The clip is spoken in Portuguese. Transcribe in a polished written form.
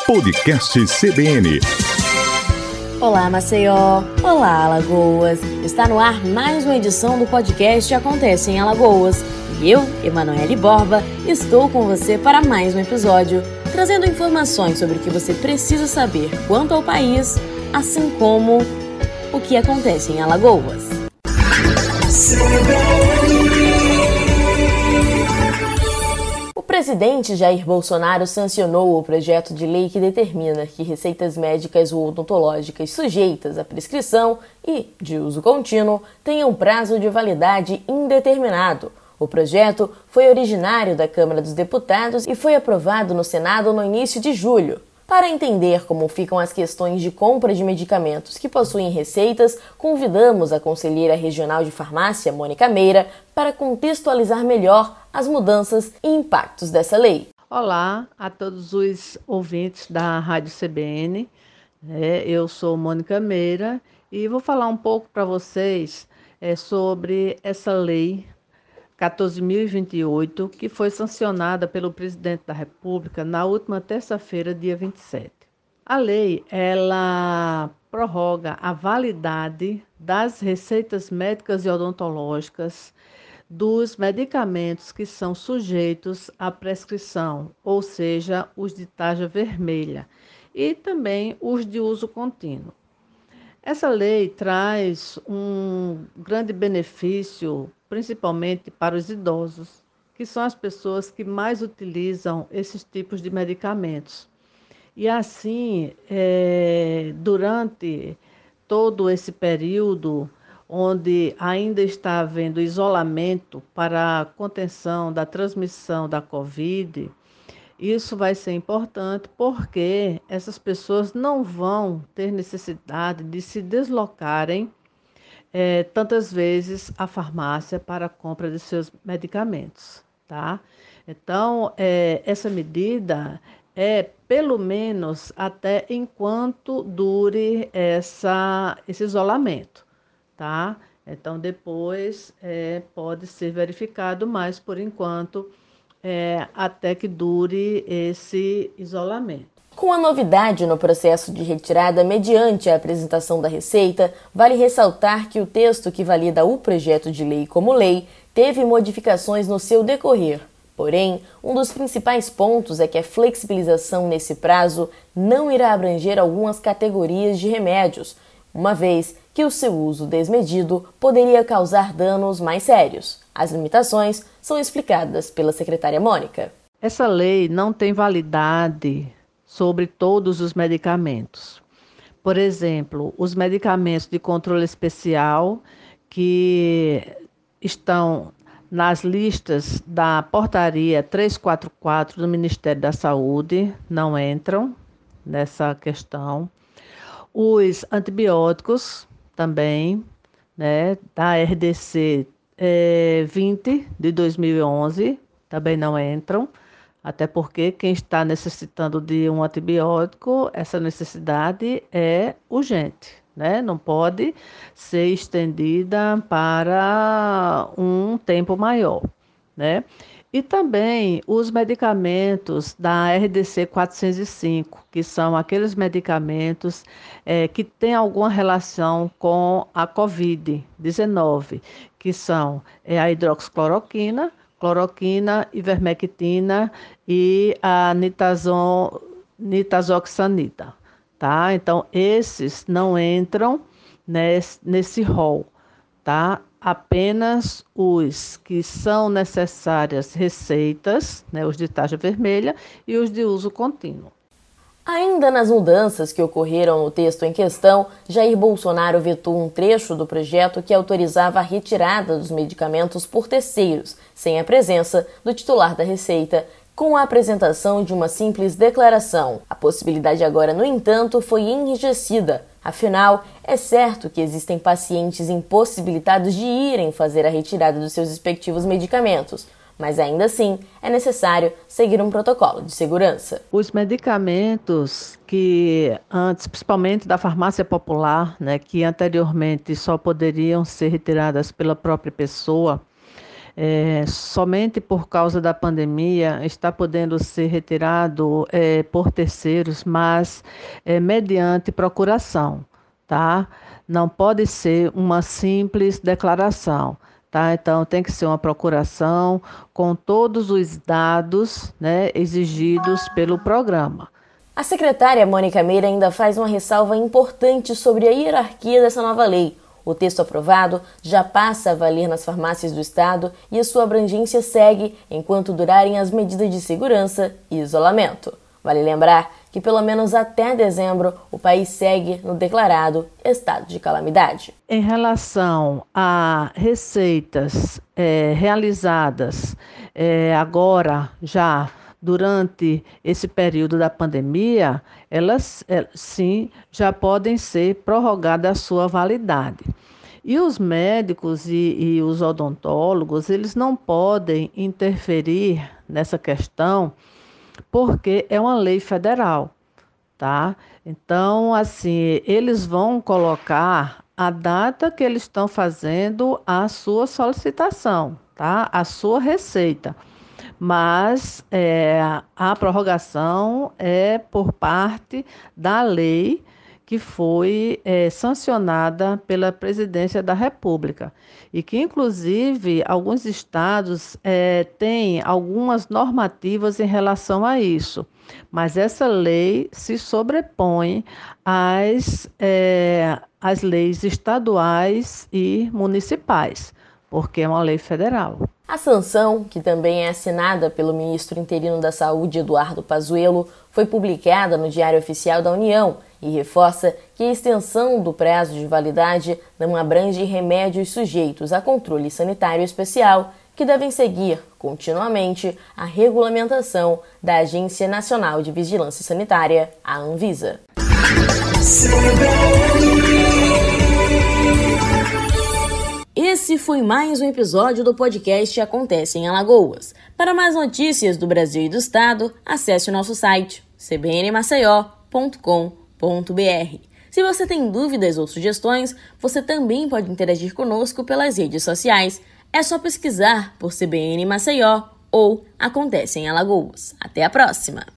Podcast CBN. Olá, Maceió! Olá, Alagoas! Está no ar mais uma edição do podcast Acontece em Alagoas. E eu, Emanuele Borba, estou com você para mais um episódio, trazendo informações sobre o que você precisa saber quanto ao país, assim como o que acontece em Alagoas. O presidente Jair Bolsonaro sancionou o projeto de lei que determina que receitas médicas ou odontológicas sujeitas à prescrição e de uso contínuo tenham prazo de validade indeterminado. O projeto foi originário da Câmara dos Deputados e foi aprovado no Senado no início de julho. Para entender como ficam as questões de compra de medicamentos que possuem receitas, convidamos a conselheira regional de farmácia, Mônica Meira, para contextualizar melhor as mudanças e impactos dessa lei. Olá a todos os ouvintes da Rádio CBN. Eu sou Mônica Meira e vou falar um pouco para vocês sobre essa lei 14.028, que foi sancionada pelo presidente da República na última terça-feira, dia 27. A lei, ela prorroga a validade das receitas médicas e odontológicas dos medicamentos que são sujeitos à prescrição, ou seja, os de tarja vermelha, e também os de uso contínuo. Essa lei traz um grande benefício, principalmente para os idosos, que são as pessoas que mais utilizam esses tipos de medicamentos. E assim, durante todo esse período, onde ainda está havendo isolamento para a contenção da transmissão da Covid, isso vai ser importante porque essas pessoas não vão ter necessidade de se deslocarem tantas vezes à farmácia para a compra de seus medicamentos, tá? Então, essa medida é pelo menos até enquanto dure esse isolamento, tá? Então, depois pode ser verificado, mas por enquanto até que dure esse isolamento. Com a novidade no processo de retirada mediante a apresentação da receita, vale ressaltar que o texto que valida o projeto de lei como lei teve modificações no seu decorrer. Porém, um dos principais pontos é que a flexibilização nesse prazo não irá abranger algumas categorias de remédios, uma vez que o seu uso desmedido poderia causar danos mais sérios. As limitações são explicadas pela secretária Mônica. Essa lei não tem validade sobre todos os medicamentos. Por exemplo, os medicamentos de controle especial que estão nas listas da portaria 344 do Ministério da Saúde não entram nessa questão. Os antibióticos também, da RDC 20 de 2011, também não entram, até porque quem está necessitando de um antibiótico, essa necessidade é urgente, não pode ser estendida para um tempo maior, E também os medicamentos da RDC 405, que são aqueles medicamentos que têm alguma relação com a Covid-19, que são a hidroxicloroquina, cloroquina, ivermectina e a nitazoxanida, tá? Então, esses não entram nesse rol, tá? Apenas os que são necessárias receitas, os de tarja vermelha e os de uso contínuo. Ainda nas mudanças que ocorreram no texto em questão, Jair Bolsonaro vetou um trecho do projeto que autorizava a retirada dos medicamentos por terceiros, sem a presença do titular da receita, com a apresentação de uma simples declaração. A possibilidade agora, no entanto, foi enrijecida. Afinal, é certo que existem pacientes impossibilitados de irem fazer a retirada dos seus respectivos medicamentos, mas ainda assim é necessário seguir um protocolo de segurança. Os medicamentos que antes, principalmente da farmácia popular, que anteriormente só poderiam ser retiradas pela própria pessoa, somente por causa da pandemia está podendo ser retirado por terceiros, mas mediante procuração, tá? Não pode ser uma simples declaração. Tá? Então, tem que ser uma procuração com todos os dados, né, exigidos pelo programa. A secretária Mônica Meira ainda faz uma ressalva importante sobre a hierarquia dessa nova lei. O texto aprovado já passa a valer nas farmácias do Estado e a sua abrangência segue enquanto durarem as medidas de segurança e isolamento. Vale lembrar que pelo menos até dezembro o país segue no declarado estado de calamidade. Em relação a receitas realizadas agora já durante esse período da pandemia, elas sim já podem ser prorrogadas a sua validade. E os médicos e os odontólogos, eles não podem interferir nessa questão porque é uma lei federal, tá? Então, assim, eles vão colocar a data que eles estão fazendo a sua solicitação, tá? A sua receita. Mas a prorrogação é por parte da lei que foi sancionada pela Presidência da República e que, inclusive, alguns estados têm algumas normativas em relação a isso, mas essa lei se sobrepõe às leis estaduais e municipais, porque é uma lei federal. A sanção, que também é assinada pelo ministro interino da Saúde, Eduardo Pazuello, foi publicada no Diário Oficial da União e reforça que a extensão do prazo de validade não abrange remédios sujeitos a controle sanitário especial, que devem seguir continuamente a regulamentação da Agência Nacional de Vigilância Sanitária, a Anvisa. Esse foi mais um episódio do podcast Acontece em Alagoas. Para mais notícias do Brasil e do Estado, acesse o nosso site cbnmaceió.com.br. Se você tem dúvidas ou sugestões, você também pode interagir conosco pelas redes sociais. É só pesquisar por CBN Maceió ou Acontece em Alagoas. Até a próxima!